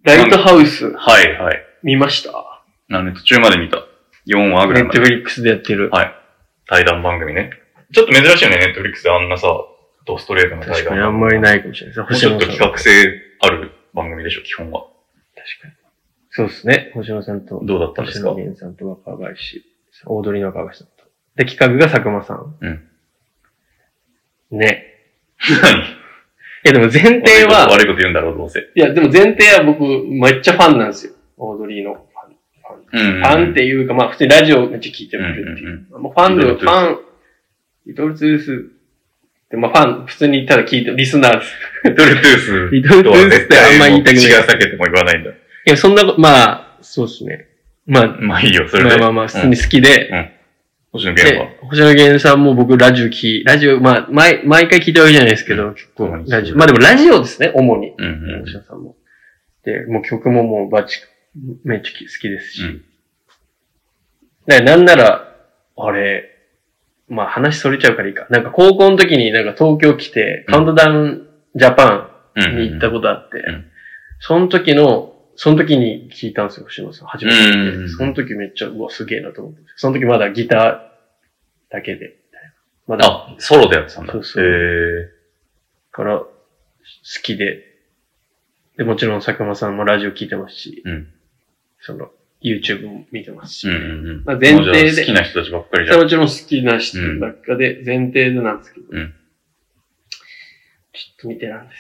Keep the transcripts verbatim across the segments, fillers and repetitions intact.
ライトハウス。 はいはい。 見ました？ あの、途中まで見た。よんわぐらいまで。 ネットフリックスでやってる。 はい。対談番組ね。ちょっと珍しいよね、ネットフリックスであんなさ、ドストレートな対談。 確かにあんまりないかもしれないです。 ちょっと企画性ある番組でしょ、基本は。 確かに。そうですね。星野さんと。 どうだったんですか？ 星野源さんと若林。大鳥の若林さんと。で、企画が佐久間さん。 うん。 ね。 何？ いやでも前提は。 悪いこと言うんだろう、どうせ。 いやでも前提は僕、めっちゃファンなんですよ。オードリーのファン。うんうんうん、ファンっていうか、まあ普通にラジオめっちゃ聞いてるっていう。うんうんうん、もうファンで、ファン、リトルトゥース。で、まあファン、普通にただ聞いてる、リスナーです。 リトルトゥース。 リトルトゥースってあんま言いたくない。 違う避けても言わないんだ。いや、そんなこと、まあ、そうですね。まあ、 まあいいよ、それで。 まあまあまあ、普通に好きで。 うん。うん、星野源は星野源さんも僕ラジオ聞い、ラジオ、まあ、毎、毎回聞いてるわけじゃないですけど、うん、結構、ラジオ。まあでもラジオですね、主に。 うんうん。 星野さんも。で、もう曲ももうバチ、めっちゃ好きですし。うん、だからなんなら、あれ、まあ話それちゃうからいいか。なんか高校の時になんか東京来て、うん、カウントダウンジャパンに行ったことあって、うんうん、その時の、その時に聞いたんですよ、星野さん。初めて聞いて。その時めっちゃ、うわ、すげえなと思って。その時まだギターだけで。 まだ。あ、ソロでやってたんだ。 そうそう。へー。から、好きで。で、もちろん佐久間さんもラジオ聞いてますし、うん、その、YouTube も見てますし。うんうんうん、まあ、前提で。 好きな人たちばっかりじゃん。 もちろん好きな人ばっかで、前提でなんですけど。うん、ちょっと見てらんです。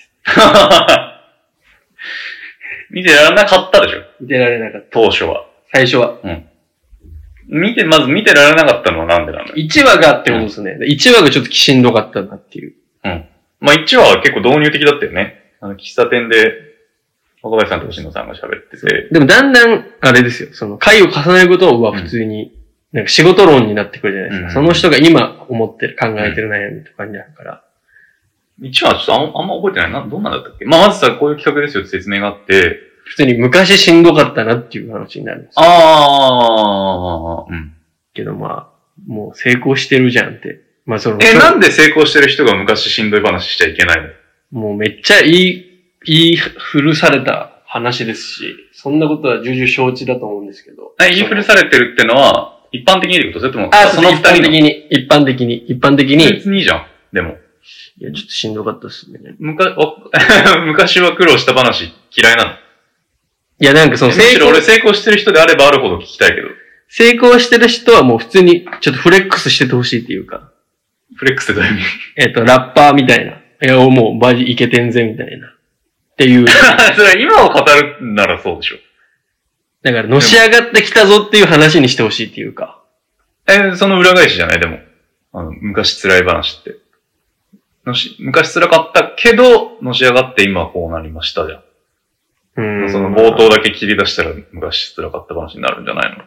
見てられなかったでしょ？ 見てられなかった。 当初は。 最初は。 うん。見て、まず見てられなかったのはなんでなんだよ。 いちわがってことですね。うん、いちわがちょっとしんどかったなっていう。 うん。まあいちわは結構導入的だったよね。あの、喫茶店で、若林さんと星野さんが喋ってて。 でもだんだん、あれですよ。その回を重ねることは普通に、なんか仕事論になってくるじゃないですか。うん、その人が今思ってる、考えてる悩みとかになるから。 いちわはちょっとあん、あんま覚えてないな。どんなんだったっけ？まあまずさ、こういう企画ですよって説明があって、 普通に昔しんどかったなっていう話になるんですよ。 ああ、うん。 けどまあ、もう成功してるじゃんって。まあその。 え、なんで成功してる人が昔しんどい話しちゃいけないの？ もうめっちゃ言い、言い古された話ですし、そんなことは重々承知だと思うんですけど。 え、言い古されてるってのは、一般的にってこと？それとも、 あ、その一般的に、一般的に、一般的に。 別にいいじゃん、でも。 いや、ちょっとしんどかったっすね。 むか、昔は苦労した話嫌いなの？ いや、なんかその成功、俺成功してる人であればあるほど聞きたいけど。 成功してる人はもう普通にちょっとフレックスしててほしいっていうか。 フレックスってどういう意味？ えっと、ラッパーみたいな。いや、もうバジいけてんぜみたいな。っていう。 それは今を語るならそうでしょ。 だから、のし上がってきたぞっていう話にしてほしいっていうか。 え、その裏返しじゃないでも。あの、昔辛い話って。のし、昔辛かったけど、のし上がって今はこうなりましたじゃん。うん。その冒頭だけ切り出したら昔辛かった話になるんじゃないの？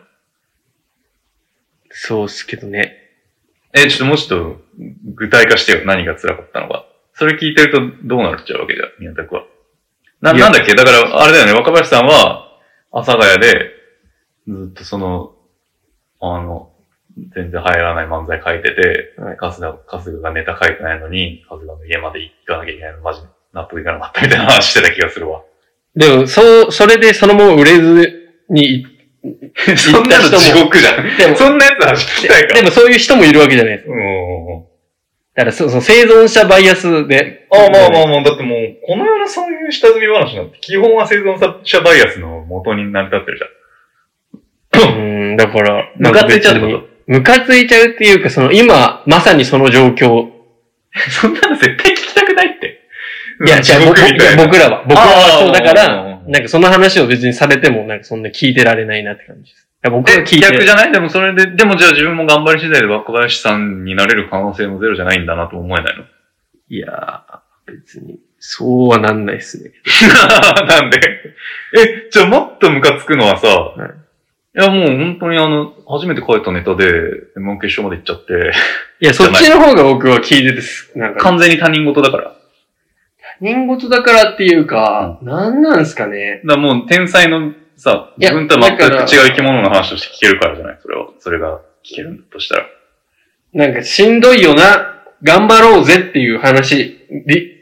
そうっすけどね。 え、ちょっともうちょっと具体化してよ。何が辛かったのか。それ聞いてるとどうなっちゃうわけじゃん、宮田くは。な、なんだっけ？だから、あれだよね、若林さんは、阿佐ヶ谷で、ずっとその、あの、全然入らない漫才書いてて、はい、春日、春日がネタ書いてないのに、春日の家まで行かなきゃいけないの、マジ納得いかなかったみたいな話してた気がするわ。 でも、そう、それでそのまま売れずに、 そんなの地獄じゃん。でもそんなやつ話聞きたいか。 でもそういう人もいるわけじゃないですか。 うん。 だからそ、その生存者バイアスで。 ああ、まあまあまあ、だってもう、この世のそういう下積み話なんて、基本は生存者バイアスの元に成り立ってるじゃん。うん、だから、 ムカついちゃうってこと？ムカついちゃうっていうか、その今、まさにその状況。 そんなの絶対聞きたくないって。 いや、じゃあ僕らは。僕らはそうだから、なんかその話を別にされても、なんかそんな聞いてられないなって感じです。いや僕は聞いて。 逆じゃない？でもそれで、でもじゃあ自分も頑張り次第で若林さんになれる可能性もゼロじゃないんだなと思えないの？ いやー、別に、そうはなんないっすね。 なんで？え、じゃあもっとムカつくのはさ、はい、いやもう本当にあの、初めて書いたネタで、エムワン 決勝まで行っちゃって。 いや、そっちの方が僕は聞いててす。 なんか完全に他人事だから。 他人事だからっていうか、うん、なんなんすかね。 だからもう天才のさ、自分とは全く違う生き物の話として聞けるからじゃない？それは。それが聞けるんだとしたら。 なんかしんどいよな、頑張ろうぜっていう話、理、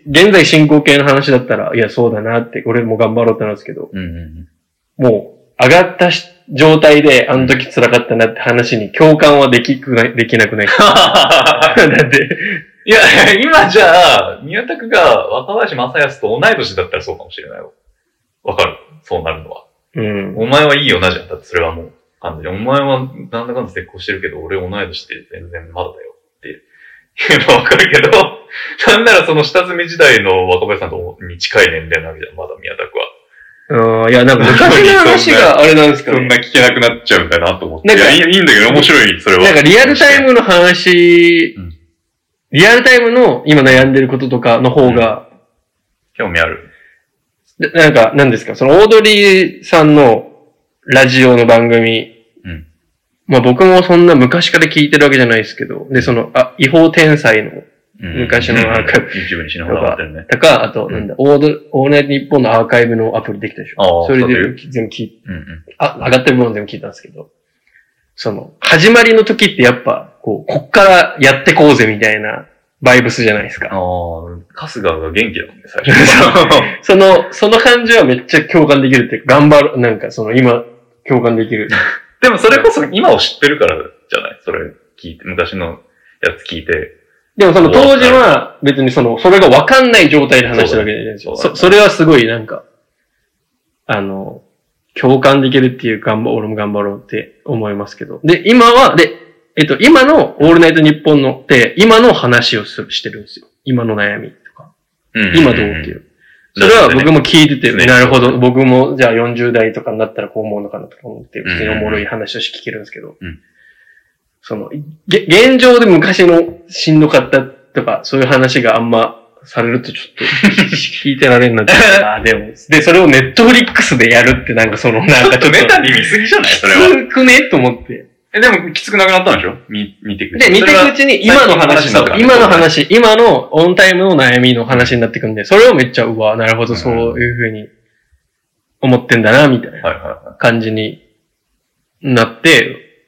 現在進行形の話だったら、いや、そうだなって、俺も頑張ろうってなんですけど、 うんうんうん、 もう、上がった状態で、あの時辛かったなって話に共感はできくない、できなくない。だって、 いや、今じゃあ、宮田くが若林正康と同い年だったらそうかもしれないよ。わかる。そうなるのは。 うん。 お前はいいよなじゃん。だってそれはもう、完全に。お前はなんだかんだ絶交してるけど、俺同い年って全然まだだよっていうのはわかるけど、なんならその下積み時代の若林さんとに近い年齢なわけじゃん、まだ宮田くは。 ああ、いや、なんか昔の話があれなんですかね。 そんな聞けなくなっちゃうんだなと思って。いや、いいんだけど面白い、それは。 なんかリアルタイムの話、うん、リアルタイムの今悩んでることとかの方が、 うん、興味ある。 なんか、何ですか、そのオードリーさんのラジオの番組、うん、まあ僕もそんな昔から聞いてるわけじゃないですけど、で、その、あ、違法天才の昔のアーカイブ、 YouTube にしながら上がってるね。 とか、あと、なんだ、オード、オールナイトニッポンのアーカイブのアプリできたでしょ。それで全部聞い、うんうん、あ、上がってる部分全部聞いたんですけど、その、始まりの時ってやっぱ、こう、こっからやってこうぜみたいなバイブスじゃないですか。 ああ、春日が元気だもんね、最初。 その、その感じはめっちゃ共感できるっていうか、頑張る、なんかその今、共感できる。 でもそれこそ今を知ってるからじゃないそれ聞いて、昔のやつ聞いて。 でもその当時は別にその、それがわかんない状態で話してるわけじゃないですよ。そ, それはすごいなんか、あの、共感できるっていう頑張、俺も頑張ろうって思いますけど。で、今は、で、えっと、今のオールナイトニッポンのって、今の話をするしてるんですよ。今の悩みとか。うんうんうん、今どうっていう。それは僕も聞いてて、ね、なるほど。僕もじゃあよんじゅう代とかになったらこう思うのかなとか思って、普通におもろい話として聞けるんですけど、うん、その、げ、現状で昔のしんどかったとか、そういう話があんまされるとちょっと聞いてられんなって。あでも、で、それをネットフリックスでやるってなんかその、なんかちょっと。 メタに見すぎじゃないそれは。 きつくねと思って。 え、でも、きつくなくなったんでしょ見、見ていくで、見ていくうちに、今の話だと、今の話、今のオンタイムの悩みの話になっていくんで、それをめっちゃ、うわ、なるほど、そういうふうに思ってんだな、みたいな感じになって、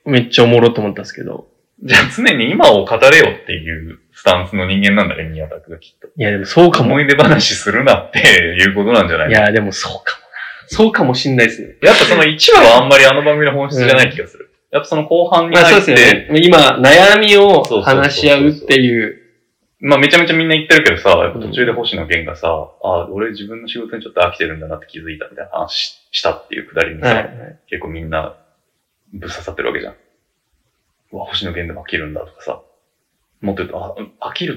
めっちゃおもろと思ったんですけど。 じゃあ常に今を語れよっていうスタンスの人間なんだね、宮田くがきっと。 いや、でもそうかも。 思い出話するなっていうことなんじゃないいや、でもそうかもな。そうかもしんないですね。 やっぱそのいちわはあんまりあの番組の本質じゃない気がする。うんやっぱその後半に入って、まあそうですよね。 今、悩みを話し合うっていう。 まあめちゃめちゃみんな言ってるけどさ、やっぱ途中で星野源がさ、うん、あ、俺自分の仕事にちょっと飽きてるんだなって気づいたみたいな話したっていうくだりにさ、はいはい、結構みんなぶっ刺さってるわけじゃん。うわ、星野源でも飽きるんだとかさ、もっと言うと、あ、飽きるって、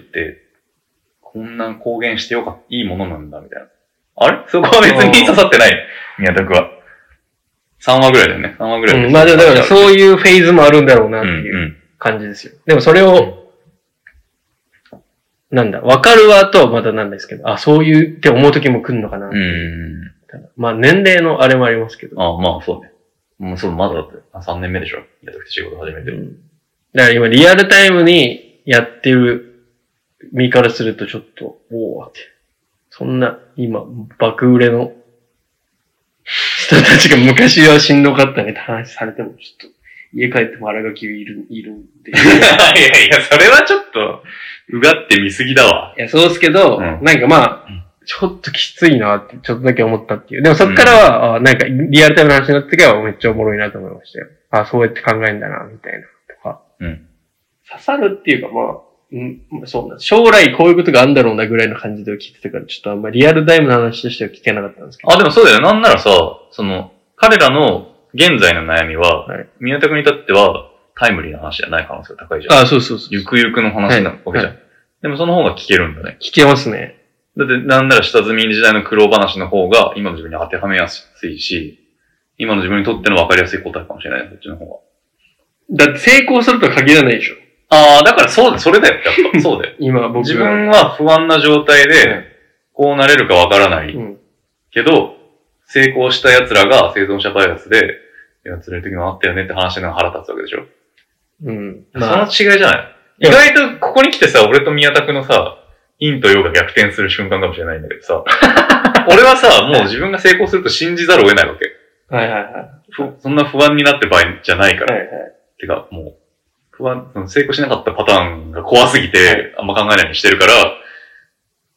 こんな公言してよかった、いいものなんだみたいな。あれそこは別に刺さってない、宮田くは。さんわぐらいだよね。さんわぐらい、 うん。まあでもだからそういうフェーズもあるんだろうなっていう感じですよ。うんうん、でもそれを、うん、なんだ、わかるわとはまだなんですけど、あ、そういうって思う時も来るのかなっていう。うん、まあ年齢のあれもありますけど。 ああまあそうね。もうそう、まだだってさんねんめでしょ。やって仕事始めてる、うん。 だから今リアルタイムにやってる身からするとちょっと、おーって。そんな、今、爆売れの、人たちが昔はしんどかったねって話されても、ちょっと、家帰っても荒垣いる、いるんで。いやいや、それはちょっと、うがって見すぎだわ。 いや、そうですけど、うん、なんかまあ、ちょっときついなって、ちょっとだけ思ったっていう。でもそっからは、うん、あなんか、リアルタイムの話になってからはめっちゃおもろいなと思いましたよ。あそうやって考えるんだな、みたいな、とか。うん。刺さるっていうかまあ、うん、そうなん将来こういうことがあるんだろうなぐらいの感じで聞いてたから、ちょっとあんまりリアルタイムの話としては聞けなかったんですけど。 あ、でもそうだよ。なんならさ、その、彼らの現在の悩みは、はい、宮田君にとってはタイムリーな話じゃない可能性が高いじゃん。 あ、そうそうそう。 ゆくゆくの話なわけじゃん、はいはい。でもその方が聞けるんだね。 聞けますね。 だって、なんなら下積み時代の苦労話の方が今の自分に当てはめやすいし、今の自分にとっての分かりやすい答えかもしれない、そっちの方が。 だって成功するとは限らないでしょ。 ああ、だからそうだ、それだよ、やっぱ。そうだよ。 今僕自分は不安な状態で、こうなれるかわからない。うん、けど、成功した奴らが生存者バイアスで、いや、釣れる時もあったよねって話が腹立つわけでしょ。うん。まあ、その違いじゃない。意外とここに来てさ、俺と宮田くのさ、陰と陽が逆転する瞬間かもしれないんだけどさ、俺はさ、もう自分が成功すると信じざるを得ないわけ。はいはいはい。そんな不安になって場合じゃないから。はいはい。てか、もう、不安、成功しなかったパターンが怖すぎて、あんま考えないようにしてるから、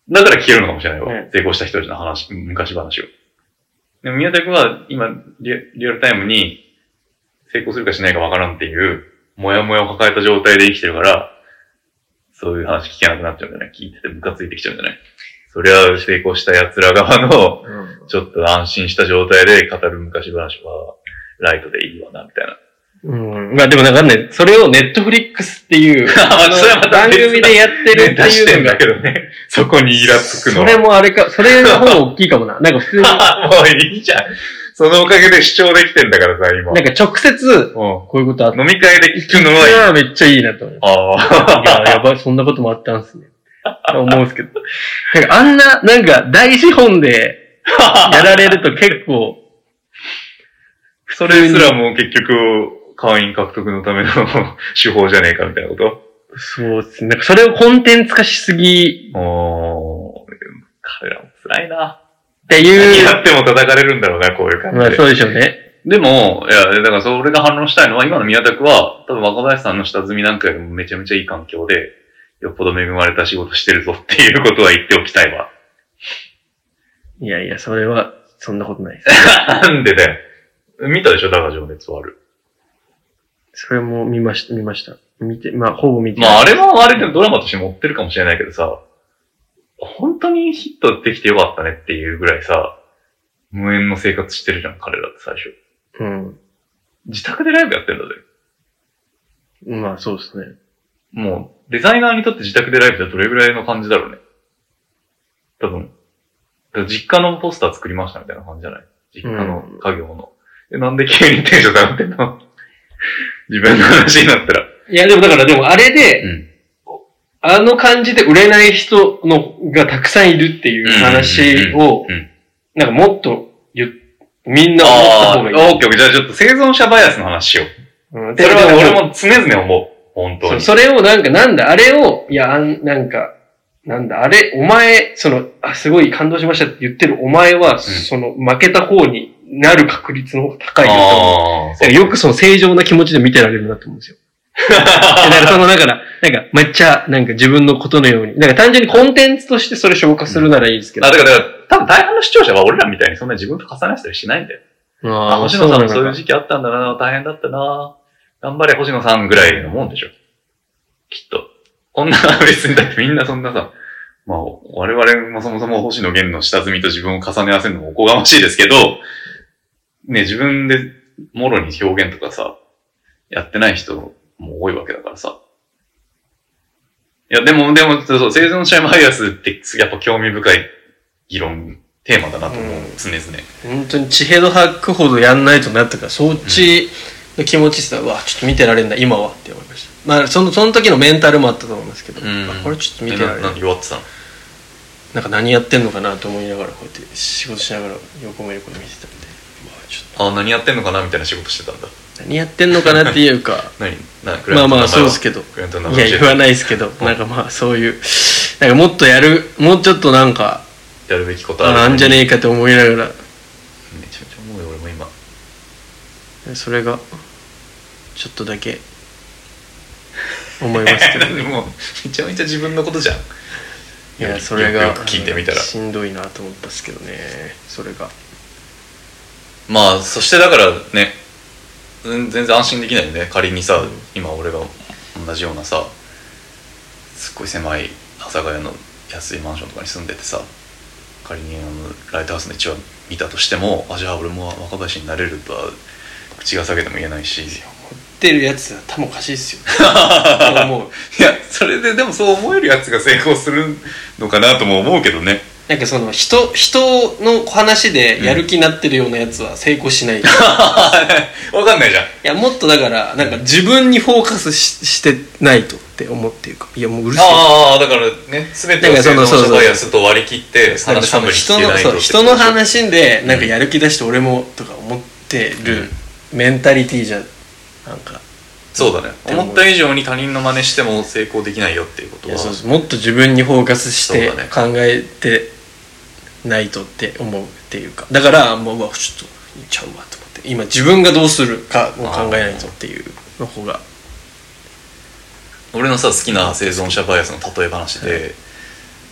だから聞けるのかもしれないわ。 うん、 成功した人たちの話、昔話を。でも宮田君は今リア、リアルタイムに成功するかしないかわからんっていう、もやもやを抱えた状態で生きてるから、そういう話聞けなくなっちゃうんじゃない？聞いててムカついてきちゃうんじゃない？そりゃ成功した奴ら側の、ちょっと安心した状態で語る昔話は、ライトでいいわな、みたいな。 うん。まあでもなんかね、それをネットフリックスっていう、あの番組でやってるっていうのが。 だけどね。そこにイラつくのは。 それもあれか、それの方が大きいかもな。なんか普通に。もういいじゃん。そのおかげで主張できてんだからさ、今。 なんか直接、こういうことあった。 飲み会で聞くのはいい。 いや、めっちゃいいなと思う。ああ。いや、やばい、そんなこともあったんすね。思うんですけど。なんかあんな、なんか大資本でやられると結構、 それすらも結局、会員獲得のための手法じゃねえかみたいなこと？ そうですね。なんかそれをコンテンツ化しすぎ。 おー、彼らも辛いな。 っていう。 何やっても叩かれるんだろうな、こういう感じで。 まあそうでしょうね。 でも、いや、だからそれが反論したいのは、今の宮田区は、多分若林さんの下積みなんかよりもめちゃめちゃいい環境で、よっぽど恵まれた仕事してるぞっていうことは言っておきたいわ。 いやいや、それは、そんなことないです。 なんでだよ。見たでしょ、だが情熱はある。 それも見ました、見ました。見て、まあ、ほぼ見て。 まあ、あれもあれでドラマとして持ってるかもしれないけどさ、本当にヒットできてよかったねっていうぐらいさ、無縁の生活してるじゃん、彼らって最初。 うん。 自宅でライブやってるんだぜ。 まあ、そうですね。 もう、デザイナーにとって自宅でライブってどれぐらいの感じだろうね。多分。実家のポスター作りましたみたいな感じじゃない？実家の家業の。うん、え、なんで急にテンション下がってんの？自分の話になったら。 いや、でもだからでもあれで、うん、あの感じで売れない人のがたくさんいるっていう話を、なんかもっと言っ、みんな思った方がいい。 ああ、オッケーオッケー。じゃあちょっと生存者バイアスの話しよう。うん、それは俺も常々思う。本当に。 そ, それをなんか、なんだ、あれを、いや、あんなんか、なんだ、あれ、お前、その、あ、すごい感動しましたって言ってるお前は、うん、その、負けた方になる確率の方が高いよと思う。よくその正常な気持ちで見てられるなと思うんですよ。だからその、だから、なんか、めっちゃ、なんか自分のことのように、なんか単純にコンテンツとしてそれ消化するならいいですけど。 うん、あ、だから、だから多分大半の視聴者は俺らみたいにそんな自分と重ねしたりしないんだよ。ああ、星野さんもそういう時期あったんだな、大変だったな、頑張れ星野さんぐらいのもんでしょ。きっと。こんな別にだってみんなそんなさ、まあ、我々もそもそも星野源の下積みと自分を重ね合わせるのもおこがましいですけど、ね、自分でもろに表現とかさ、やってない人も多いわけだからさ。いや、でも、でも、そう、生存者バイアスってやっぱ興味深い議論、テーマだなと思う、うん、常々。 本当に地平度吐くほどやんないとなったから、そっちの気持ちさ、うん、うわ、ちょっと見てられんだ、今はって思いました。まあ、その、その時のメンタルもあったと思いますけど、うん、これちょっと見てられる。 何弱ってたの？ なんか何やってんのかなと思いながら、こうやって仕事しながら横目横で見てたんで、まあ、 ちょっと。あ、何やってんのかなみたいな仕事してたんだ。 何やってんのかなっていうか、 何なまあまあそうですけど、いや言わないですけど、なんかまあそういう、なんかもっとやる、もうちょっとなんか、 やるべきことある。 なんじゃねえかと思いながら。めちゃめちゃ思うよ、俺も今。 それが、ちょっとだけ、思いますけど、 ね。もう、めちゃめちゃ自分のことじゃん。 いや、それが、 よく聞いてみたら。 しんどいなと思ったんですけどね、それが。 まあ、そしてだからね、全然安心できないよね。仮にさ、うん、今俺が同じようなさ、すっごい狭い阿佐ヶ谷の安いマンションとかに住んでてさ、仮にあのライトハウスの一話見たとしても、あ、じゃあ俺も若林になれるとは口が下げても言えないし、 持ってるやつは頭おかしいっすよ。 思う。いや、それででもそう思えるやつが成功するのかなとも思うけどね。 なんかその人人の話でやる気になってるようなやつは成功しない。 わかんないじゃん。いや、もっとだからなんか自分にフォーカス し, してないとって思っていうか、いやもううるせえ。 ああ、だからね、全てを生存者バイアスと割り切って話半分にしてないと。 人の話でなんかやる気出して俺もとか思ってるメンタリティーじゃなんか。 そうだね。思った以上に他人の真似しても成功できないよっていうことは。いや、 そうそう、もっと自分にフォーカスして考えてないとって思うっていうか、だからもううわちょっといっちゃうわと思って、今自分がどうするかを考えないとっていうの方が。 俺のさ好きな生存者バイアスの例え話で、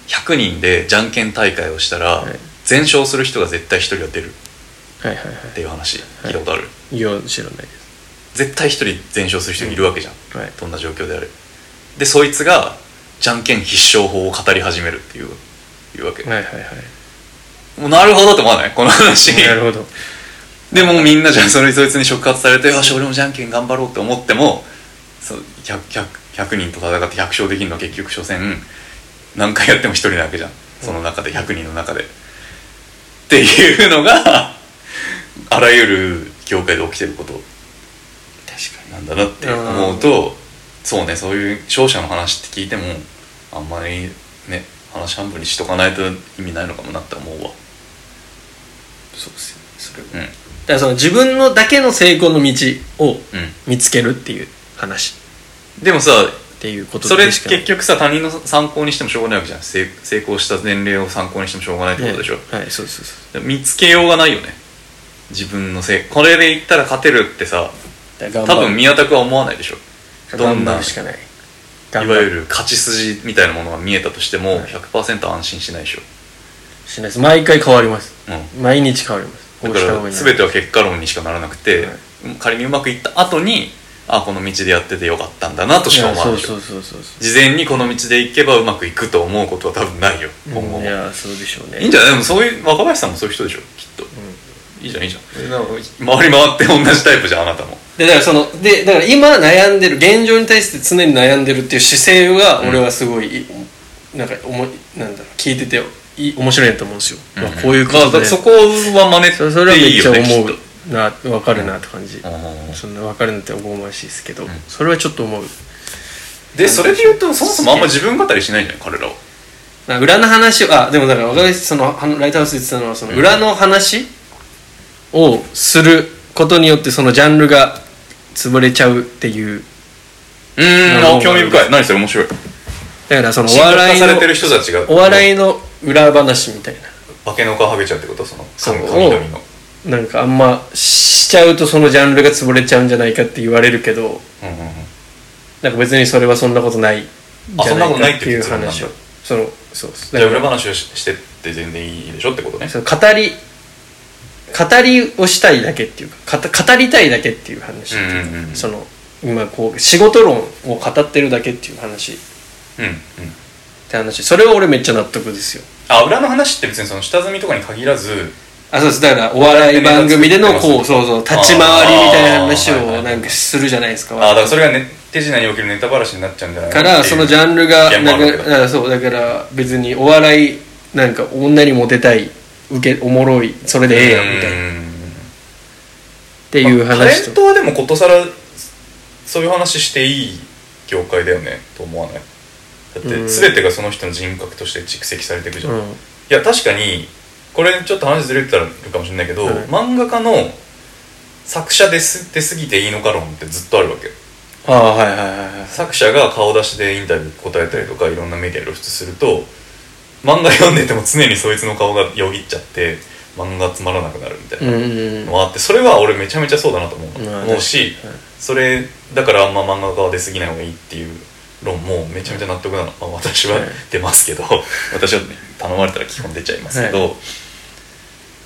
ひゃくにんでじゃんけん大会をしたら、はい、全勝する人が絶対ひとりは出るっていう話、聞いたことある？ いや知らないです。 絶対ひとり全勝する人いるわけじゃん、うんはい、どんな状況であれ。でそいつがじゃんけん必勝法を語り始めるっていういうわけ。 はいはいはい。 もうなるほどって思わないこの話。 なるほど。 でもみんなじゃあそれそいつに触発されて、よし俺もじゃんけん頑張ろうって思っても、そう ひゃく, ひゃく, ひゃくにんと戦ってひゃく勝できるのは結局所詮何回やってもひとりなわけじゃん、その中でひゃくにんの中で、うん、っていうのがあらゆる業界で起きてることなんだなって思うと、そうね、そういう勝者の話って聞いてもあんまりね話半分にしとかないと意味ないのかもなって思うわ。 そうですよね、それは、 うん、 だからその自分のだけの成功の道を見つけるっていう話、 うん、でもさっていうことそれ結局さ他人の参考にしてもしょうがないわけじゃん。成, 成功した年齢を参考にしてもしょうがないってことでしょ、 はい、はい、そうそうそう。 見つけようがないよね自分のせい。これでいったら勝てるってさ多分宮田君は思わないでしょ。どんなしかないいわゆる勝ち筋みたいなものが見えたとしても ひゃくパーセント 安心しないでしょ。 しないです。毎回変わります、 うん、 毎日変わります。 だから全ては結果論にしかならなくて、はい、仮にうまくいった後にあこの道でやっててよかったんだなとしか思わないでしょ。事前にこの道で行けばうまくいくと思うことは多分ないよ今後も、うん、いやそうでしょうね。 いいんじゃない。でもそういう若林さんもそういう人でしょきっと、うん、いいじゃんいいじゃん。回り回って同じタイプじゃんあなたも。 でだからそのでだから今悩んでる現状に対して常に悩んでるっていう姿勢が俺はすごい、うん、なんかおもなんだろう聞いててい面白いなと思うんですよ、うん、こういうことで、 まあ、そこは真似っていいよね。 それはめっちゃ思うな分かるなって感じ、うん、そんな分かるなっておこがましいですけど、うん、それはちょっと思う。 でそれで言うとそもそもあんま自分語りしないんじゃない彼らは。 裏の話をあでもだから若林そのライトハウスで言ってたのはその裏の話をすることによってそのジャンルが潰れちゃうっていう。 うーん興味深い。何それ面白い。 だからそのお笑いのされてる人たちがお笑いの裏話みたいな化けの皮剥げちゃうってこと。そのそうをなんかあんましちゃうとそのジャンルが潰れちゃうんじゃないかって言われるけど、うんうんうん、なんか別にそれはそんなことないじゃないかっていう話をそのそうじゃあ裏話を し, してって全然いいでしょってことね。 その語り語りをしたいだけっていうか語りたいだけっていう話っていう、うんうんうん、その今こう仕事論を語ってるだけっていう話、 うんうん、 って話。それは俺めっちゃ納得ですよ。 あ裏の話って別にその下積みとかに限らずあそうです。だからお笑い番組でのこうそうそう立ち回りみたいな話をなんかするじゃないですか。 ああだからそれが、ね、手品におけるネタばらしになっちゃうんじゃないかからそのジャンルがなんかそうだから別にお笑いなんか女にモテたい受けおもろいそれでええやんみたいなっていう話と、まあ、タレントはでもことさらそういう話していい業界だよねと思わない？だって全てがその人の人格として蓄積されていくじゃん、うん、いや確かにこれちょっと話ずれてたらいるかもしれないけど、はい、漫画家の作者です出過ぎていいのか論ってずっとあるわけ。 ああはいはいはいはい。 作者が顔出しでインタビュー答えたりとかいろんなメディア露出すると漫画読んでても常にそいつの顔がよぎっちゃって漫画つまらなくなるみたいなのがあって、それは俺めちゃめちゃそうだなと思う、うん、思うし、はい、それだからあんま漫画家は出過ぎない方がいいっていう論もめちゃめちゃ納得なの、まあ、私は出ますけど、はい、私は頼まれたら基本出ちゃいますけど、はい、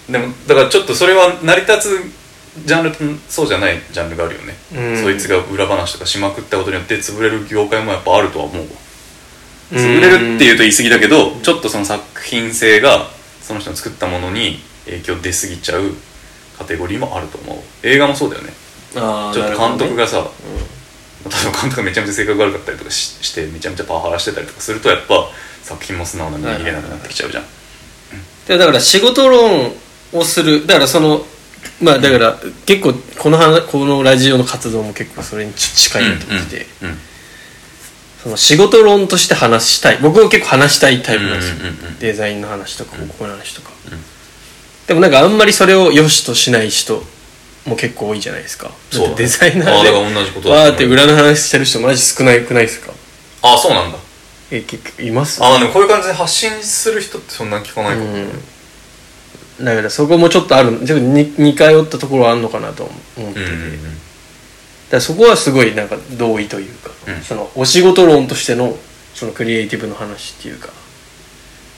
でもだからちょっとそれは成り立つジャンルとそうじゃないジャンルがあるよね、うん、そいつが裏話とかしまくったことによって潰れる業界もやっぱあるとは思うわ。潰れるっていうと言い過ぎだけど、ちょっとその作品性がその人の作ったものに影響出過ぎちゃうカテゴリーもあると思う。映画もそうだよね。 あちょっと監督がさ、ねうん、例えば監督がめちゃめちゃ性格悪かったりとか し, してめちゃめちゃパワハラしてたりとかするとやっぱ作品も素直な見入れなくなってきちゃうじゃん、はいはいはい、 だから仕事論をするだからそのまあだから結構このこのラジオの活動も結構それに近いなと思ってて、うんうんうん、その仕事論として話したい僕は結構話したいタイプなんですよ、うんうんうん、デザインの話とかここの話とか、うん、でもなんかあんまりそれを良しとしない人も結構多いじゃないですか。そうデザイナーでわーって裏の話してる人マジ少ないくないですか？ ああそうなんだ。 え結構います、 ね、ああでもこういう感じで発信する人ってそんな聞かないかも、ね、 うん、だからそこもちょっとあるちょっと似通ったところはあるのかなと思ってて、うんうんうん、だからそこはすごいなんか同意というか、うん、そのお仕事論としてのそのクリエイティブの話っていうか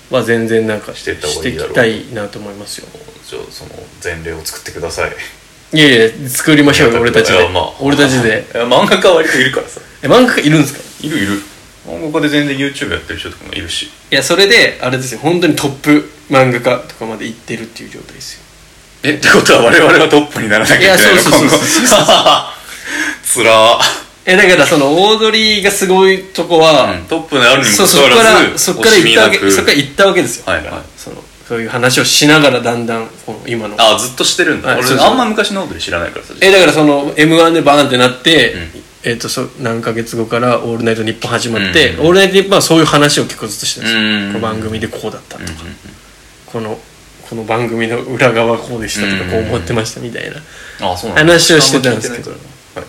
は全然なんかしていった方がいいだろう。 していきたいなと思いますよ。 じゃあその前例を作ってください。 いやいや作りましょうよ俺たちで。まあ、俺たちで。 漫画家は割といるからさ。 え漫画家いるんですか？ いるいる。漫画家で全然 YouTube やってる人とかもいるし。 いやそれであれですよ本当にトップ漫画家とかまで行ってるっていう状態ですよ。 えってことは我々はトップにならなきゃいけないの？いやそうそうそうそう。つらー。 えだからそのオードリーがすごいとこは、 うん、トップにあるにもかかわらずそこから行ったわけそこから行ったわけですよ。 はいはい。 そのそういう話をしながらだんだんこの今のあずっとしてるんだ。はい、俺そうそうあんま昔のオードリー知らないからさ。 えだからその エムワン でバーンってなって、うん、えっ、ー、とそ何ヶ月後からオールナイトニッポン始まって、うんうん、オールナイトニッポンはそういう話を結構ずっとしてるんですよ。うんうん、この番組でこうだったとか、うんうん、このこの番組の裏側こうでしたとか、こう思ってましたみたいな話をしてたんですけど、はいはい、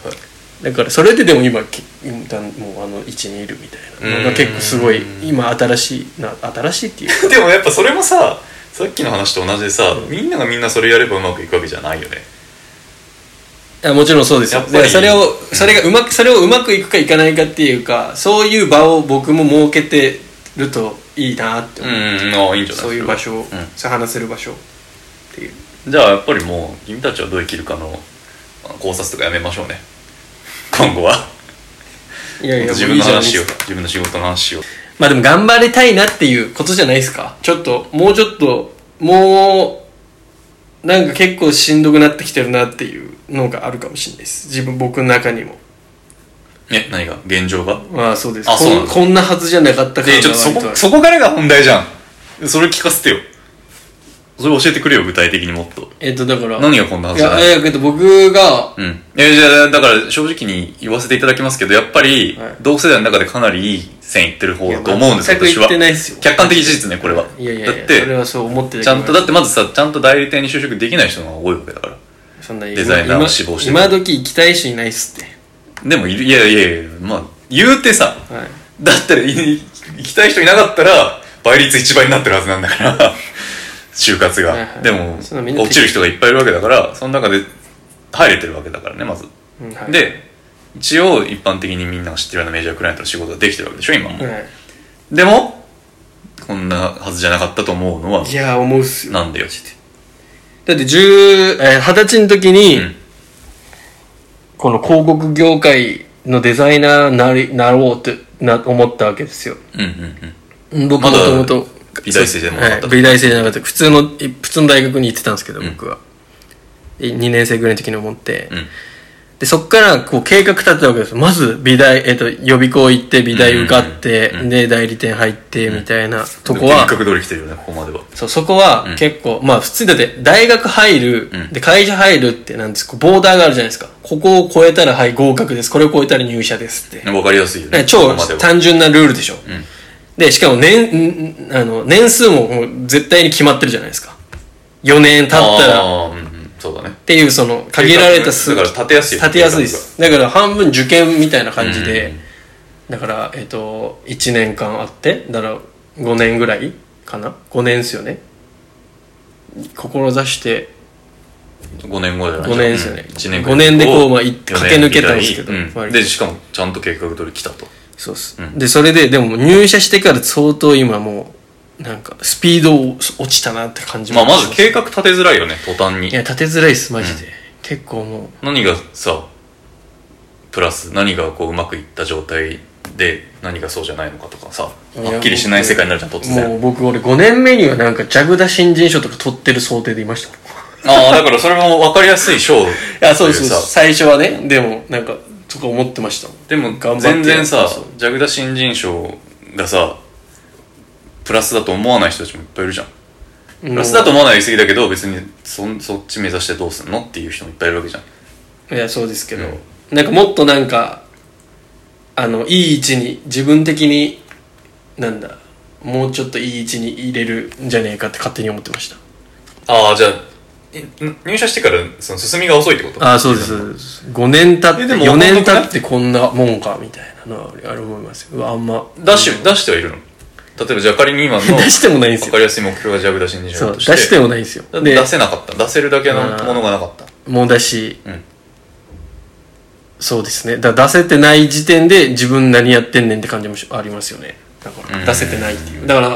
だからそれででも今一旦もうあの位置にいるみたいなのが結構すごい今新しいな新しいっていうでもやっぱそれもささっきの話と同じでさ、うん、みんながみんなそれやればうまくいくわけじゃないよね。 いやもちろんそうですよ。でそれをそれがうまくそれをうまくいくかいかないかっていうかそういう場を僕も設けてるといいなって思う。 うんああいいんじゃない。 そういう場所を、うん、話せる場所っていう。 じゃあやっぱりもう君たちはどう生きるかの考察とかやめましょうね。今後は。いやいや自分の話を自分の仕事の話を。 まあでも頑張りたいなっていうことじゃないですか。ちょっともうちょっともうなんか結構しんどくなってきてるなっていうのがあるかもしれないです。自分僕の中にも。 え何が現状が？ ああそうです。あこんこんなはずじゃなかったから。 えちょっとそこそこからが本題じゃん。それ聞かせてよ。それ教えてくれよ具体的にもっと。 えっとだから何がこんなはずじゃない？ いやいやけど僕がうんえじゃあだから正直に言わせていただきますけどやっぱり、はい、同世代の中でかなりいい線いってる方だと思うんですよ私は。客観的事実ねこれは。 いやいやいやだってそれはそう思ってるちゃんとだってまずさちゃんと代理店に就職できない人が多いわけだから。 そんなデザイナーを志望してる。 今時行きたい人いないっすって。 でもいるいやいやいやまあ言うてさ、はい、だったら行きたい人いなかったら倍率いちばいになってるはずなんだから就活が、はいはい、でも落ちる人がいっぱいいるわけだからその中で入れてるわけだからねまず、うんはい、で一応一般的にみんなが知ってるようなメジャークライアントの仕事ができてるわけでしょ今も、はい、でもこんなはずじゃなかったと思うのはいや思うっすよ。 なんでよだって十二十歳の時に、うん、この広告業界のデザイナーになりなろうってな思ったわけですよ。 うんうんうん。 僕もともと美大生じゃなかった。 はい、美大生じゃなかった。普通の普通の大学に行ってたんですけど、うん、僕はにねん生ぐらいの時に思って、うん、でそっからこう計画立てたわけですよ。まず美大えっ、ー、と予備校行って美大受かって、うんうんうん、で代理店入ってみたいなとこは。 計画通り来てるよねここまでは。 そうそこは結構、うん、まあ普通だって大学入る、うん、で会社入るってなんですかボーダーがあるじゃないですか。ここを超えたらはい合格です。これを超えたら入社ですって。 わかりやすいよね。 超単純なルールでしょ。うん、でしかも年あの年数ももう絶対に決まってるじゃないですか。よねん経ったら。 あうん、そうだね。 っていうその限られた数。 だから立てやすい。 立てやすいです。だから半分受験みたいな感じで、うん、だからえっといちねんかんあってだからごねんぐらいかなごねんですよね。志してごねんごじゃないごねんですよね、 うん、いちねんごねんでこう、まあ、駆け抜けたんですけど、 うん、でしかもちゃんと計画通り来たと。 そうっす、うん、でそれででも入社してから相当今もうなんかスピード落ちたなって感じも、まあ、まず計画立てづらいよね途端に。いや立てづらいっすマジで、うん、結構もう何がさプラス何がこううまくいった状態で何がそうじゃないのかとかさはっきりしない世界になるじゃん突然。 もう僕俺ごねんめにはなんかジャグダ新人賞とか取ってる想定でいましたもん。 ああだからそれも分かりやすい賞。いやそうです最初はね。でもなんかとか思ってました。 でも全然さジャグダ新人賞がさプラスだと思わない人たちもいっぱいいるじゃん。プラスだと思わない言い過ぎだけど別に そ, そっち目指してどうすんのっていう人もいっぱいいるわけじゃん。 いやそうですけど、うん、なんかもっとなんかあのいい位置に自分的になんだもうちょっといい位置に入れるんじゃねえかって勝手に思ってました。 ああじゃあ入社してからその進みが遅いってこと？ ああそうですごねん経ってよねん経ってこんなもんかみたいなのはある思いますよ。うわあんま出し出してはいるの？例えばじゃあ仮に今の出してもないんですよ。 分かりやすい目標がジャグダ新人賞だとして、 そう出してもないんですよ。 で出せなかった出せるだけのものがなかった。 もうだし、うん、そうですね。だ出せてない時点で自分何やってんねんって感じもありますよね。だから出せてないっていう。だから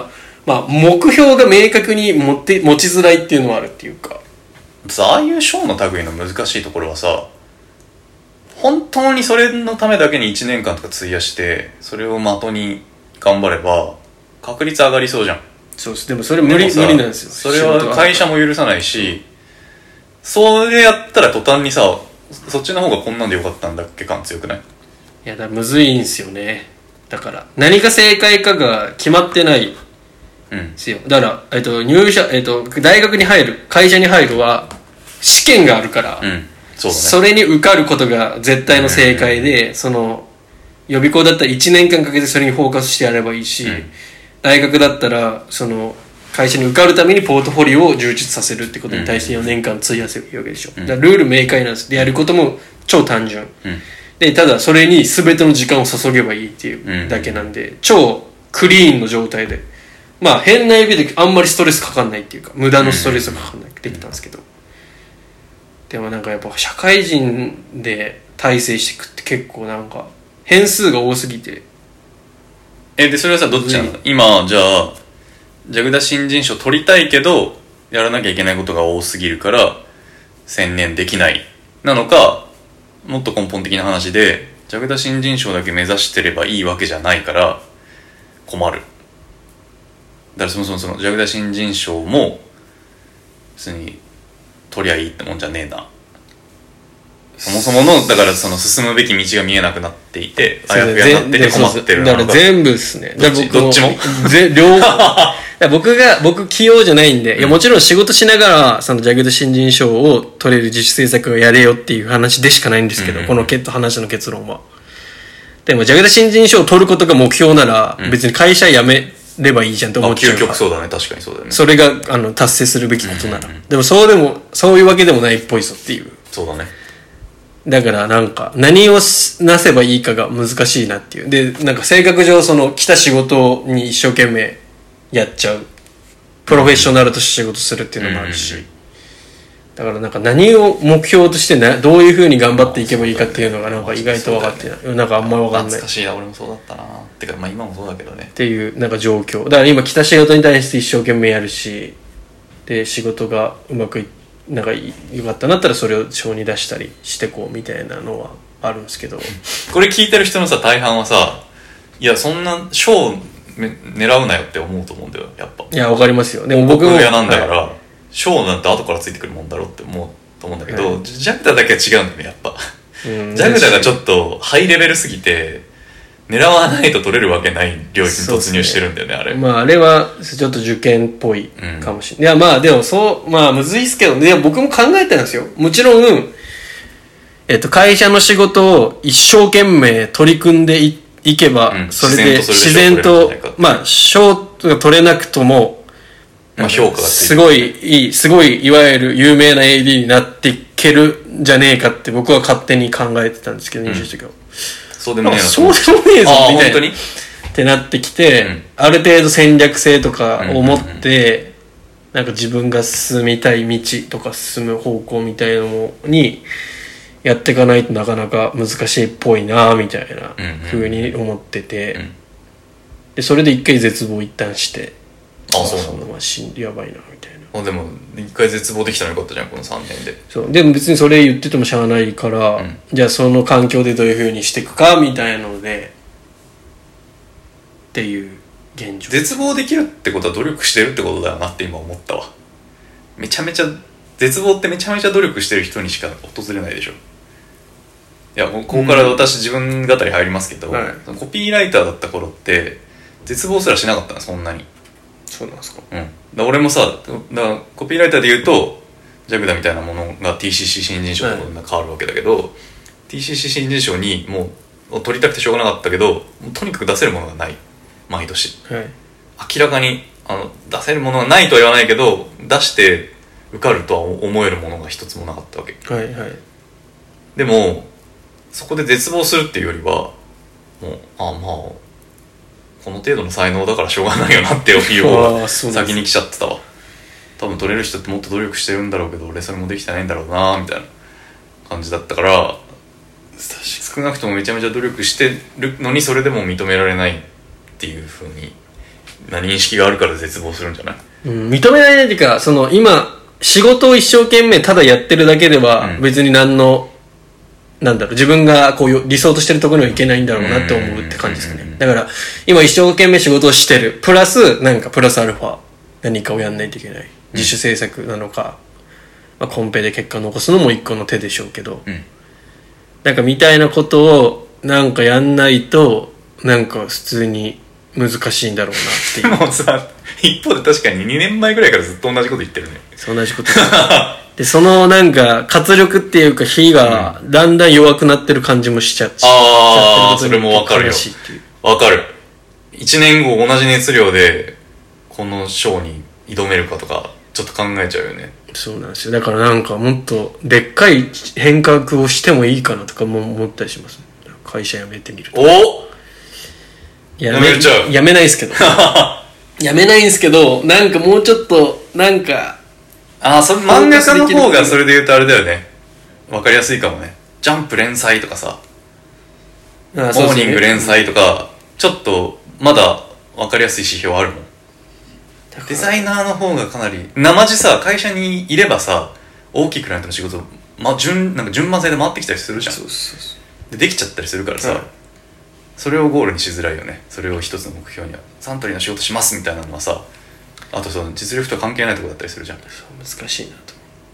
まあ目標が明確に持って持ちづらいっていうのはあるっていうか、 ああいうショーの類の難しいところはさ、本当にそれのためだけにいちねんかんとか費やしてそれを的に頑張れば確率上がりそうじゃん。 そうです。でもそれ無理無理なんですよ。 それは会社も許さないし、それやったら途端にさ、そっちの方がこんなんでよかったんだっけ感強くない？ いやだむずいんですよね。だから何が正解かが決まってないんですよ。だから、えっと、入社、えっと、大学に入る、会社に入るは試験があるから、 うん、そうだね、 それに受かることが絶対の正解で、うん、その予備校だったらいちねんかんかけてそれにフォーカスしてやればいいし、うん、大学だったらその会社に受かるためにポートフォリオを充実させるってことに対してよねんかん費やせばいいわけでしょ、うん、だからルール明快なんです。でやることも超単純、うん、でただそれに全ての時間を注げばいいっていうだけなんで、うん、超クリーンの状態で、まあ変な意味であんまりストレスかかんないっていうか無駄のストレスがかかんないできたんですけど、でもなんかやっぱ社会人で大成していくって結構なんか変数が多すぎて。 えでそれはさどっちなの？今じゃあジャグダ新人賞取りたいけどやらなきゃいけないことが多すぎるから専念できないなのか、もっと根本的な話でジャグダ新人賞だけ目指してればいいわけじゃないから困る。だからそもそもそのジャグダ新人賞も別に取りゃいいってもんじゃねえな。そもそものだからその進むべき道が見えなくなっていてあやふやになってて困ってるのが、 だから全部ですね。 どっちどっちもぜ両方僕が僕器用じゃないんで、うん、いやもちろん仕事しながらそのジャグダ新人賞を取れる自主制作をやれよっていう話でしかないんですけど、うん、この話の結論は。でもジャグダ新人賞を取ることが目標なら、うん、別に会社辞めればいいじゃんって思っちゃう。 究極そうだね、確かにそうだよね。 それがあの達成するべきことなら、うんうんうん、でもそうでもそういうわけでもないっぽいぞっていう。 そうだね。 だからなんか何をなせばいいかが難しいなっていう。でなんか性格上その来た仕事に一生懸命やっちゃう、プロフェッショナルとして仕事するっていうのもあるし、うんうんうん、だからなんか何を目標としてなどういう風に頑張っていけばいいかっていうのがなんか意外と分かってない、ね、なんかあんまり分かんない。 懐かしいな、俺もそうだったな。てかまあ今もそうだけどねっていうなんか状況だから今来た仕事に対して一生懸命やるし、で仕事がうまくいってなんか良かったなったらそれを賞に出したりしてこうみたいなのはあるんですけどこれ聞いてる人のさ大半はさ、いやそんな賞狙うなよって思うと思うんだよやっぱ。 いやわかりますよ。でも僕も嫌なんだから賞、はい、なんて後からついてくるもんだろうって思うと思うんだけど、はい、ジャグダだけは違うんだよねやっぱ。ジャグダがちょっとハイレベルすぎて狙わないと取れるわけない領域に突入してるんだよね、あれ。 まああれはちょっと受験っぽいかもしれない、うん、いやまあでもそうまあむずいっすけどね。でも僕も考えてるんですよ。もちろんえっと会社の仕事を一生懸命取り組んで い, いけば、うん、それで自然とまあ賞が取れなくともまあ評価がついてすごいいいすごいいわゆる有名な エーディー になっていけるんじゃねえかって僕は勝手に考えてたんですけど、入社した時は。 そうでもねえな。 そうでもねえぞみたいなってなってきて、うん、ある程度戦略性とかを持って、うんうんうん、なんか自分が進みたい道とか進む方向みたいなのにやっていかないとなかなか難しいっぽいなみたいな風に思ってて、うんうんうん、でそれで一回絶望一旦して、 ああそうなんだ、 まあ、死んやばいなみたいな。 あでも一回絶望できたらよかったじゃんこのさんねんで。 そうでも別にそれ言っててもしゃあないから、うん、じゃあその環境でどういう風にしていくかみたいなのでっていう現状。 絶望できるってことは努力してるってことだよなって今思ったわ。めちゃめちゃ絶望ってめちゃめちゃ努力してる人にしか訪れないでしょ。いやもうここから私自分語り入りますけど、うんはい、コピーライターだった頃って絶望すらしなかったのそんなに。 そうなんですか。 うん。だ俺もさ、だからコピーライターで言うとジャグダみたいなものが ティーシーシー 新人賞と変わるわけだけど、はい、ティーシーシー 新人賞にもう取りたくてしょうがなかったけど、もうとにかく出せるものがない毎年、はい、明らかにあの出せるものがないとは言わないけど出して受かるとは思えるものが一つもなかったわけ、 はいはい、 でもそこで絶望するっていうよりはもうあまあこの程度の才能だからしょうがないよなっていう方が先に来ちゃってたわ。多分取れる人ってもっと努力してるんだろうけど俺それもできてないんだろうなみたいな感じだったから、少なくともめちゃめちゃ努力してるのにそれでも認められないっていう風にな認識があるから絶望するんじゃない？ うん、認めないっていうか、その今、仕事を一生懸命ただやってるだけでは、別に何の、うん、なんだろう、自分がこう理想としてるところにはいけないんだろうなって思うって感じですかね。だから、今一生懸命仕事をしてる。プラス、なんかプラスアルファ、何かをやんないといけない。自主制作なのか、まあ、コンペで結果を残すのも一個の手でしょうけど、うん、なんかみたいなことをなんかやんないと、なんか普通に難しいんだろうなっていう。 でもさ、一方で確かににねんまえぐらいからずっと同じこと言ってるね。 同じこと言ってる。で、そのなんか活力っていうか火がだんだん弱くなってる感じもしちゃって、うん、 ああ、それもわかるよ。わかる。いちねんご同じ熱量でこのショーに挑めるかとかちょっと考えちゃうよね。 そうなんですよ。だからなんかもっとでっかい変革をしてもいいかなとかも思ったりします、ね、会社辞めてみると。 おやめ、やめちゃう。やめないですけど。やめないんですけど、なんかもうちょっと、なんか。 ああ、それ漫画家の方がそれで言うとあれだよね。わかりやすいかもね。ジャンプ連載とかさ。ああ、モーニング連載とか、ちょっとまだわかりやすい指標あるもん。デザイナーの方がかなり、生地さ、会社にいればさ、大きいクライアントの仕事、ま、順、なんか順番性で回ってきたりするじゃん。そうそうそう。で、できちゃったりするからさ、はい、それをゴールにしづらいよね。それを一つの目標には。サントリーの仕事しますみたいなのはさ、あとその実力とは関係ないところだったりするじゃん。 そう難しいなと思って。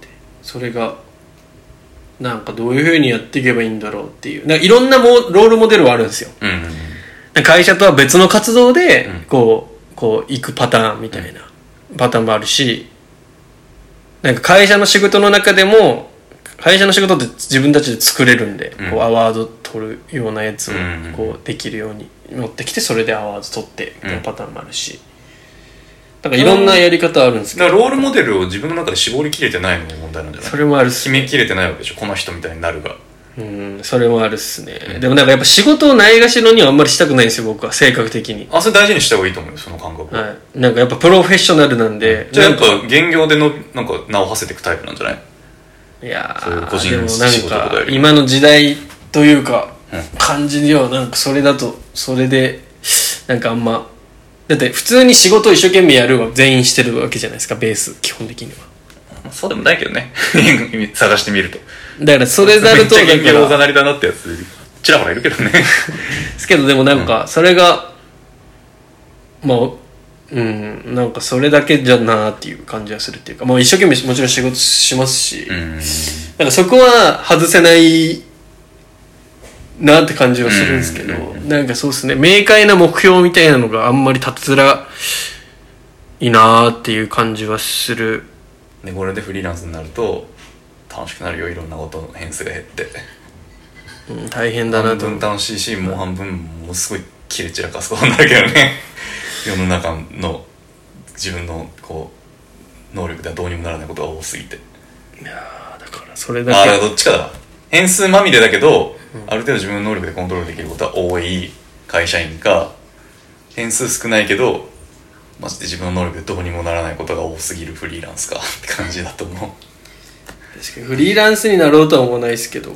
それが、なんかどういう風にやっていけばいいんだろうっていう。なんかいろんなもロールモデルはあるんですよ。うんうんうん、会社とは別の活動で、こう、うんこう行くパターンみたいなパターンもあるし、なんか会社の仕事の中でも会社の仕事って自分たちで作れるんで、うん、こうアワード取るようなやつをこうできるように持ってきてそれでアワード取ってみたいなパターンもあるし、だからいろんなやり方あるんですけど、 だからロールモデルを自分の中で絞りきれてないのも問題なんじゃない？ それもあるっす、 ね、決めきれてないわけでしょ、この人みたいになるが。 うん、それもあるっすね、うん、でもなんかやっぱ仕事をないがしろにはあんまりしたくないんですよ僕は、性格的に。 あ、それ大事にした方がいいと思うよ、その感覚は。 はい、なんかやっぱプロフェッショナルなんで、 うん、じゃあやっぱ現業でのなんか名を馳せていくタイプなんじゃない？ いやー、 そういう個人でも仕事とかより今の時代というか、うん、感じではなんかそれだとそれでなんかあんま、だって普通に仕事を一生懸命やるは全員してるわけじゃないですか、ベース基本的には。 そうでもないけどね探してみると。 だからそれなるとめっちゃ元気のおざなりだなってやつちらほらいるけどねですけど、でもなんかそれが、うん、まあうんなんかそれだけじゃなーっていう感じはするっていうか、まあ一生懸命もちろん仕事しますし、うん、なんかそこは外せないなって感じはするんですけど、うん、なんかそうですね、明快な目標みたいなのがあんまり立つらいいなーっていう感じはする。 でこれでフリーランスになると楽しくなるよ、いろんなことの変数が減って、 うん、大変だなと。 半分楽しいし、もう半分ものすごいキレ散らかすことになるけどね世の中の自分のこう能力ではどうにもならないことが多すぎて。いやだからそれだけ、 ああどっちかだわ、変数まみれだけど、うん、ある程度自分の能力でコントロールできることは多い会社員か、変数少ないけどマジで自分の能力でどうにもならないことが多すぎるフリーランスかって感じだと思う。 確かにフリーランスになろうとは思わないですけど、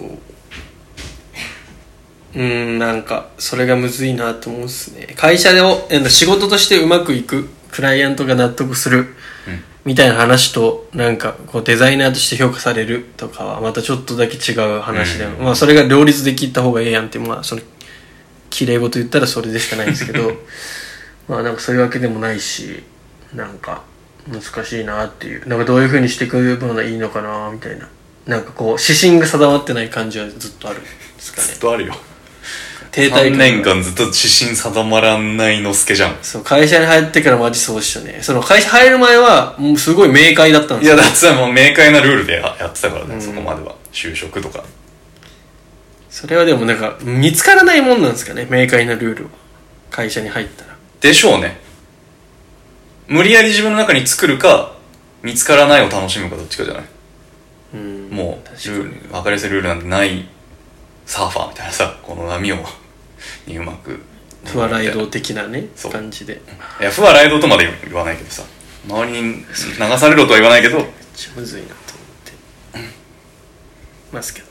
うーんなんかそれがむずいなと思うんですね。会社を仕事としてうまくいく、クライアントが納得する、うん、みたいな話と、なんかこうデザイナーとして評価されるとかはまたちょっとだけ違う話で、うん、まあそれが両立できた方がええやんって、まあその綺麗事言ったらそれでしかないんですけどまあなんかそういうわけでもないし、なんか難しいなっていう、なんかどういう風にしていくのがいいのかなみたいな、なんかこう指針が定まってない感じはずっとあるんですかね。 ずっとあるよ。停滞さんねんかんずっと指針定まらないのすけじゃん。 そう、会社に入ってからマジそうっしょね。その会社入る前はもうすごい明快だったんですよ。 いやだってもう明快なルールでやってたからね、うん、そこまでは就職とか。 それはでもなんか見つからないもんなんですかね、明快なルールは会社に入ったら。 でしょうね。無理やり自分の中に作るか、見つからないを楽しむかどっちかじゃない。うん、もうルール分かりやすいルールなんてないサーファーみたいなさ、この波をにうまく不和雷道的なね感じで。 いや不和雷道とまで言わないけどさ、周りに流されろとは言わないけど、めっちゃむずいなと思ってますけどね。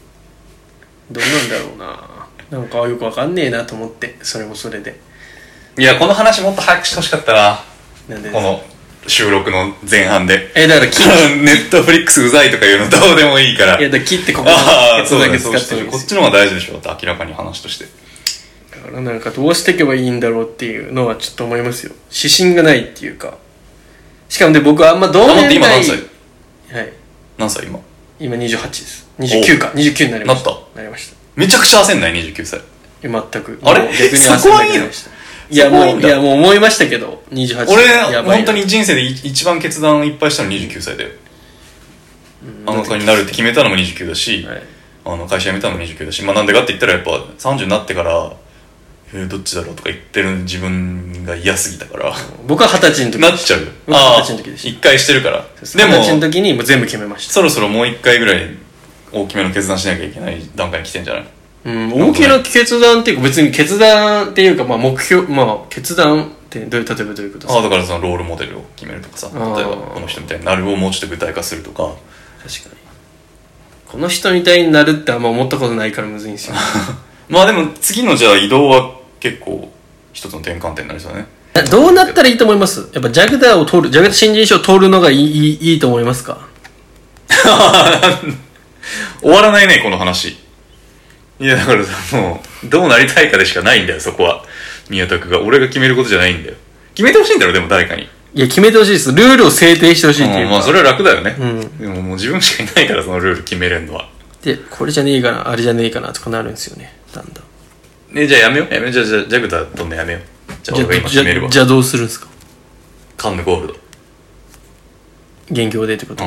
どうなんだろうな、なんかよくわかんねえなと思って、それもそれでいや、この話もっと早くしてほしかったな。 なんでこの収録の前半で。 え、だから切っネットフリックスうざいとか言うのどうでもいいから。 いや、だから切ってここああ、 ケツそうだね。 だけ使ってそうるんですよ。 こっちの方が大事でしょって明らかに話として。 だからなんかどうしていけばいいんだろうっていうのはちょっと思いますよ。指針がないっていうか。しかもで僕はあんま同あ、待って、 年代。 今何歳はい。 何歳今今にじゅうはちです。にじゅうきゅうか。にじゅうきゅうになりました。 なったなりました。 めちゃくちゃ焦んない ?にじゅうきゅうさい。 全く。 あれもう逆にそこはいいの焦んなくなりました。いやもう、いやもう思いましたけど、にじゅうはち。 俺、 やばいな本当に人生で一番決断いっぱいしたのにじゅうきゅうさいだよ。 うんあの子になるって決めたのもにじゅうきゅうだし、 はい、 あの会社辞めたのもにじゅうきゅうだし、まあなんでかって言ったらやっぱさんじゅうになってから、えー、どっちだろうとか言ってる自分が嫌すぎたから。 僕は二十歳の時なっちゃうよ。 僕は二十歳の時でした。 一回してるから。 でも、二十歳の時にもう全部決めました。 そろそろもう一回ぐらい大きめの決断しなきゃいけない段階に来てんじゃない？ うん、大きな決断っていうか別に決断っていうかまあ目標、まあ決断ってどういう、例えばどういうことですか？ ああ、だからそのロールモデルを決めるとかさ、例えばこの人みたいになるをもうちょっと具体化するとか。 確かに。この人みたいになるってあんま思ったことないからむずいんですよ。 まあでも次のじゃあ移動は結構一つの転換点になりそうだね。 どうなったらいいと思います？やっぱジャグダーを通る、ジャグダー新人賞を通るのがいい、いい、いいと思いますか？ 終わらないね、この話。いや、だからさ、もう、どうなりたいかでしかないんだよ、そこは。宮田君が。俺が決めることじゃないんだよ。決めてほしいんだろ、でも誰かに。 いや、決めてほしいです。ルールを制定してほしいっていうか。 まあ、それは楽だよね。 うん。 でももう自分しかいないから、そのルール決めれんのは。 で、これじゃねえかな、あれじゃねえかな、とかなるんですよね。だんだん。 ね、じゃあやめよう。やめよう。じゃあ、じゃあ、ジャグターとんのやめよう。じゃあ、俺が今決めるわ。 じゃあどうするんですか？ カンヌゴールド。 現業でってこと？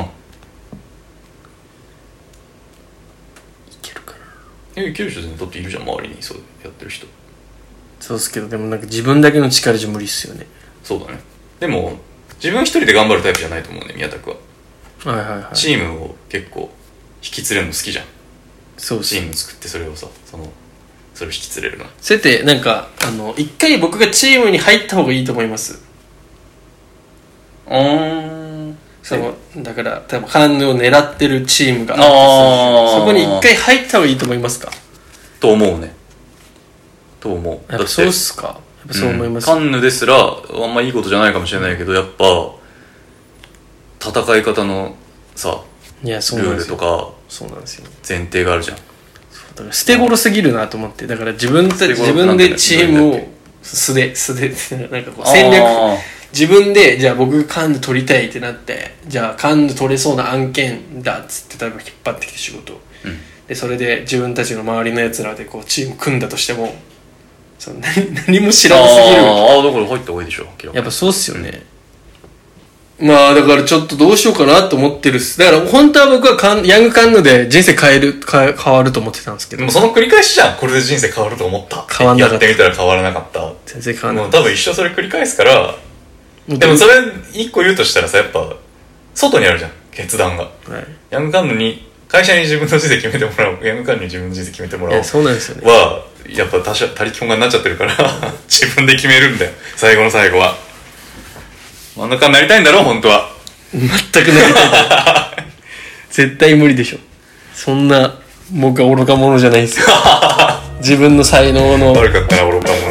うん。 いけるかな。 え、いける人全然だっているじゃん、周りにそうやってる人。 そうっすけど、でもなんか自分だけの力じゃ無理っすよね。 そうだね。でも、自分一人で頑張るタイプじゃないと思うね、宮田君は。 はいはいはい。 チームを結構引き連れるの好きじゃん。 そうっす。 チーム作ってそれをさ、その、それを引き連れるの。 そうやってなんかあの一回僕がチームに入った方がいいと思います。 うーん。 そのだから多分カンヌを狙ってるチームがあってあーそこに一回入った方がいいと思いますか？ と思うね。と思う。 やっぱそうっすか？やっぱそう思います、 うん、カンヌですらあんまいいことじゃないかもしれないけど、やっぱ戦い方のさ、 いやそうルーなんですよ。 ルとかそうなんですよ。 前提があるじゃん。 だから捨て頃すぎるなと思って、だから自分で自分でなんてねチームを素で素でなんかこう戦略あ自分でじゃあ僕カンヌ取りたいってなって、じゃあカンヌ取れそうな案件だっつって例えば引っ張ってきて仕事を、 ー、うん、 でそれで自分たちの周りのやつらでこうチーム組んだとしてもその 何, 何も知らなすぎる。 ああ、だから入った方がいいでしょ。 やっぱそうっすよね、うん、まあだからちょっとどうしようかなと思ってるっす。だから本当は僕はカンヤングカンヌで人生変える変変わると思ってたんですけど、 でもその繰り返しじゃん。これで人生変わると思った。 変わんなかった。 やってみたら変わらなかった。 全然変わんなかっもう多分一生それ繰り返すから。 た。 でもそれ一個言うとしたらさ、やっぱ外にあるじゃん、決断が。 はい、 ヤングカンヌに会社に自分の人生決めてもらおう、ヤングカンヌに自分の人生決めてもらおう。 いやそうなんですよね。 はやっぱ他者他力本願になっちゃってるから自分で決めるんだよ、最後の最後は。真ん中になりたいんだろ本当は。 全くなりたい絶対無理でしょ。そんな僕は愚か者じゃないですよ自分の才能の悪かったな愚か者